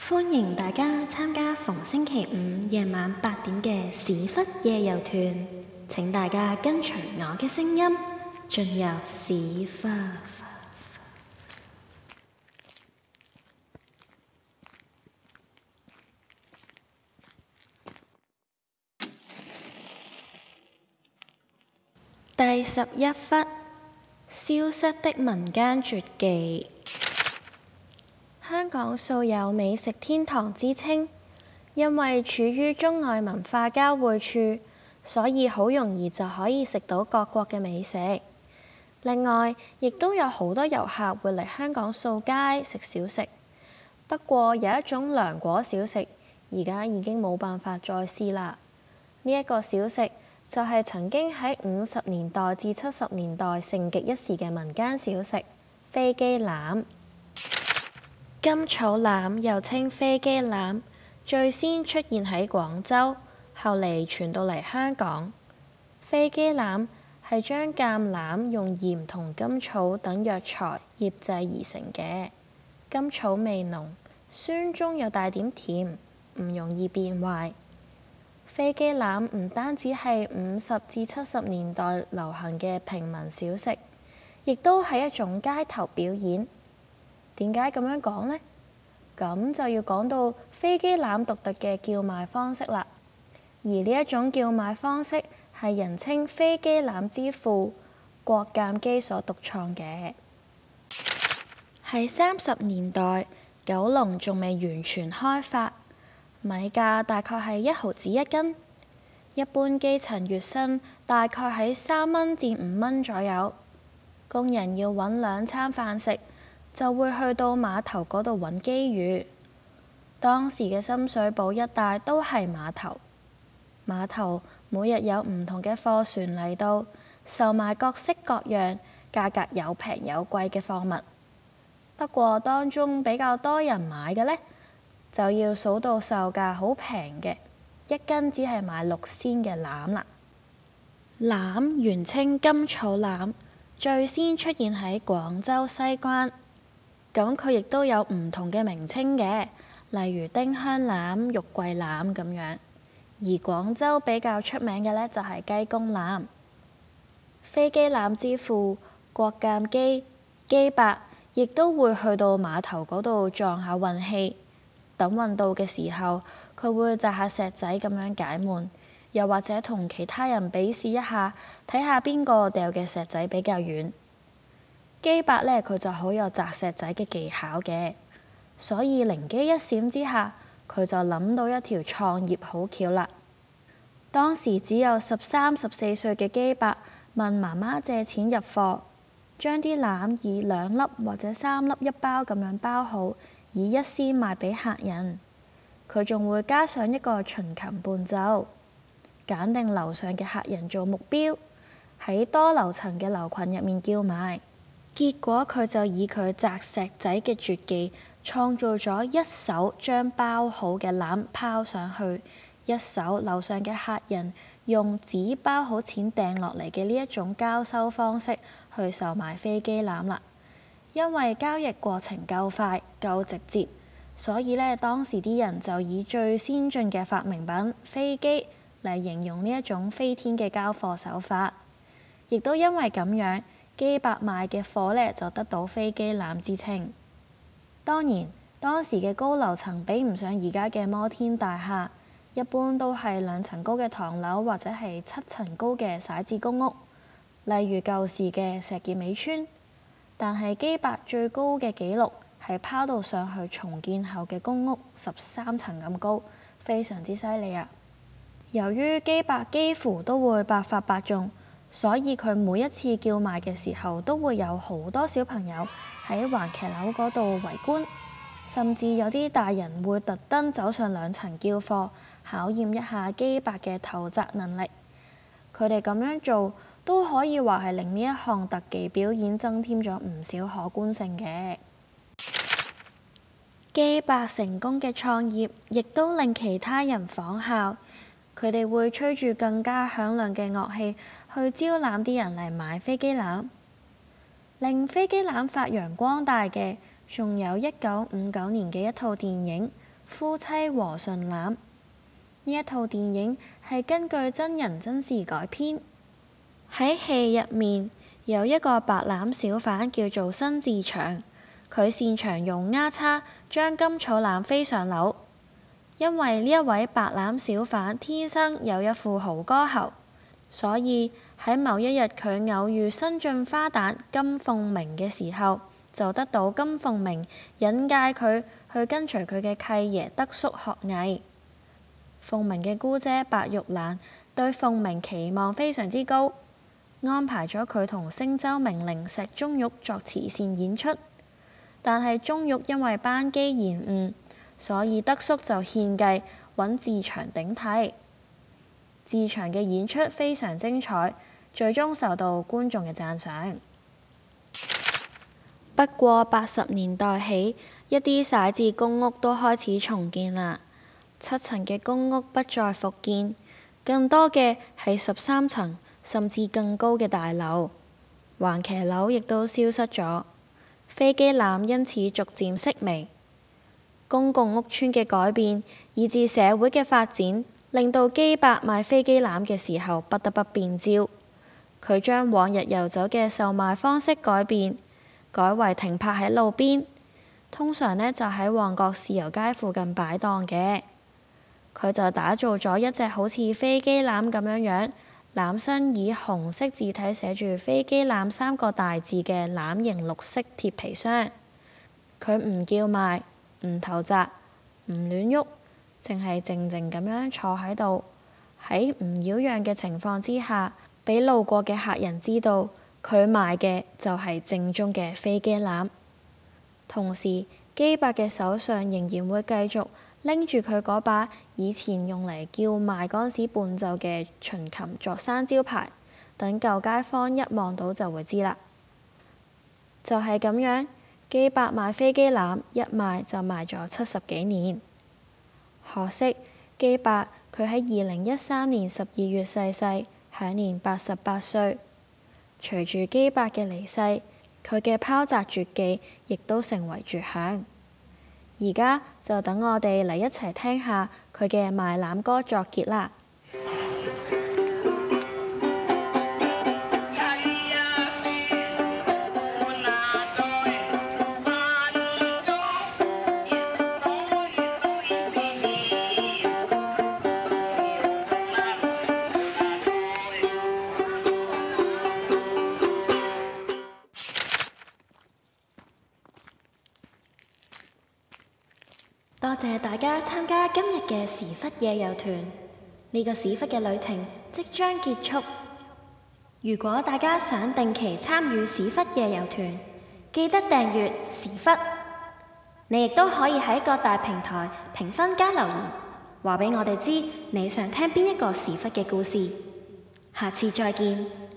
歡迎大家參加逢星期五夜晚8點嘅史窟夜遊團。請大家跟隨我嘅聲音進入史窟。第11窟：消失的民間絕技。香港素有美食天堂之稱，因為處於中外文化交匯處，所以好容易就可以食到各國嘅美食。另外，亦都有好多遊客會嚟香港掃街食小食。不過有一種涼果小食，而家已經冇辦法再試啦。呢一個小食就係曾經喺50年代至70年代盛極一時嘅民間小食——飛機欖。甘草欖又稱飛機欖，最先出現喺廣州，後嚟傳到嚟香港。飛機欖係將橄欖用鹽同甘草等藥材醃製而成嘅，甘草味濃，酸中有帶點甜，唔容易變壞。飛機欖唔單止係50至70年代流行嘅平民小食，亦都係一種街頭表演。點解咁樣講呢？咁就要講到飛機欖獨特嘅叫賣方式啦。而呢一種叫賣方式係人稱飛機欖之父郭鑑基所獨創嘅。喺30年代，九龍仲未完全開發，米價大概係1毫子一斤，一般基層月薪大概喺3蚊至5蚊左右。工人要揾2餐飯食，就會去到碼頭嗰度揾機魚。當時嘅深水埗一帶都係碼頭，碼頭每日有唔同嘅貨船嚟到，售賣各式各樣、價格有平有貴嘅貨物。不過當中比較多人買嘅呢，就要數到售價好平嘅，一斤只係賣6仙嘅欖啦。欖原稱甘草欖，最先出現喺廣州西關。咁佢亦都有唔同嘅名稱嘅，例如丁香欖、玉桂欖咁樣。而廣州比較出名嘅呢，就係雞公欖。飛機欖之父郭鑑基基伯亦都會去到碼頭嗰度撞下運氣。等運到嘅時候，佢會擲下石仔咁樣解悶，又或者同其他人比試一下，睇下邊個掉嘅石仔比較遠。基伯呢，佢就好有擲石仔嘅技巧嘅，所以靈機一閃之下，佢就諗到一條創業好橋啦。當時只有13、14歲嘅基伯問媽媽借錢入貨，將啲欖以2粒或者3粒一包咁樣包好，以1仙賣俾客人。佢仲會加上一個秦琴伴奏，揀定樓上嘅客人做目標，喺多樓層嘅樓群入面叫賣。結果佢就以佢擲石仔嘅絕技，創造咗一手將包好嘅欖拋上去，一手樓上嘅客人用紙包好錢掟落嚟嘅呢一種交收方式去售賣飛機欖啦。因為交易過程夠快夠直接，所以呢，當時啲人就以最先進嘅發明品飛機嚟形容呢一種飛天嘅交貨手法。亦都因為咁樣，基伯賣嘅貨呢，就得到飛機欖之稱。當然，當時嘅高樓層比唔上而家嘅摩天大廈，一般都係2層高嘅唐樓或者係7層高嘅徙置公屋，例如舊時嘅石硤尾村。但係基伯最高嘅紀錄係拋到上去重建後嘅公屋13層咁高，非常之犀利啊！由於基伯幾乎都會百發百中，所以佢每一次叫賣嘅時候都會有好多小朋友喺環騎樓嗰度圍觀，甚至有啲大人會特登走上2層叫貨，考驗一下基伯嘅投擲能力。佢哋咁樣做都可以話係令呢一項特技表演增添咗唔少可觀性嘅。基伯成功嘅創業，亦都令其他人仿效。佢哋會吹住更加響亮嘅樂器去招攬啲人嚟買飛機欖。令飛機欖發揚光大嘅，仲有1959年嘅一套電影《 夫妻和順攬》。呢一套電影係根據真人真事改編。喺戲入面有一個白欖小販叫做辛志祥，佢擅長用丫叉將甘草欖飛上樓。因為呢一位白欖小販天生有一副好歌喉，所以喺某一日佢偶遇新晉花旦金鳳鳴嘅時候，就得到金鳳鳴引介佢去跟隨佢嘅契爺德叔學藝。鳳鳴嘅姑姐白玉蘭對鳳鳴期望非常之高，安排咗佢同星洲名伶石鐘玉作慈善演出。但係鐘玉因為班機延誤，所以德叔就獻計揾志祥頂替。志祥嘅演出非常精彩，最終受到觀眾嘅讚賞。不過80年代起，一啲徙置公屋都開始重建啦。7層嘅公屋不再復建，更多嘅係13層甚至更高嘅大樓，環騎樓亦都消失咗，飛機欖因此逐漸式微。公共屋邨嘅改變，以至社會嘅發展，令到基伯賣飛機欖嘅時候不得不變招。佢將往日遊走嘅售賣方式改變，改為停泊喺路邊，通常呢就喺旺角豉油街附近擺檔嘅。佢就打造咗一隻好似飛機欖咁樣，欖身以紅色字體寫住飛機欖3個大字嘅欖形綠色鐵皮箱。佢唔叫賣，唔投擲，唔亂喐，淨係靜靜咁樣坐喺度，喺唔擾攘嘅情況之下，俾路過嘅客人知道佢賣嘅就係正宗嘅飛機欖。同時，基伯嘅手上仍然會繼續拎住佢嗰把以前用嚟叫賣嗰陣時伴奏嘅秦琴作生招牌，等舊街坊一望到就會知啦。就係咁樣，基伯賣飛機欖一賣就賣咗70幾年。可惜基伯佢喺2013年12月逝世，享年88歲。隨住基伯嘅離世，佢嘅拋擲絕技亦都成為絕響。而家就等我哋嚟一齊聽下佢嘅賣欖歌作結啦。多謝大家參加今日嘅史窟夜遊團，呢個史窟嘅旅程即將結束。如果大家想定期參與史窟夜遊團，記得訂閱史窟。你亦都可以喺各大平台評分加留言，話俾我哋知你想聽邊一個史窟嘅故事。下次再見。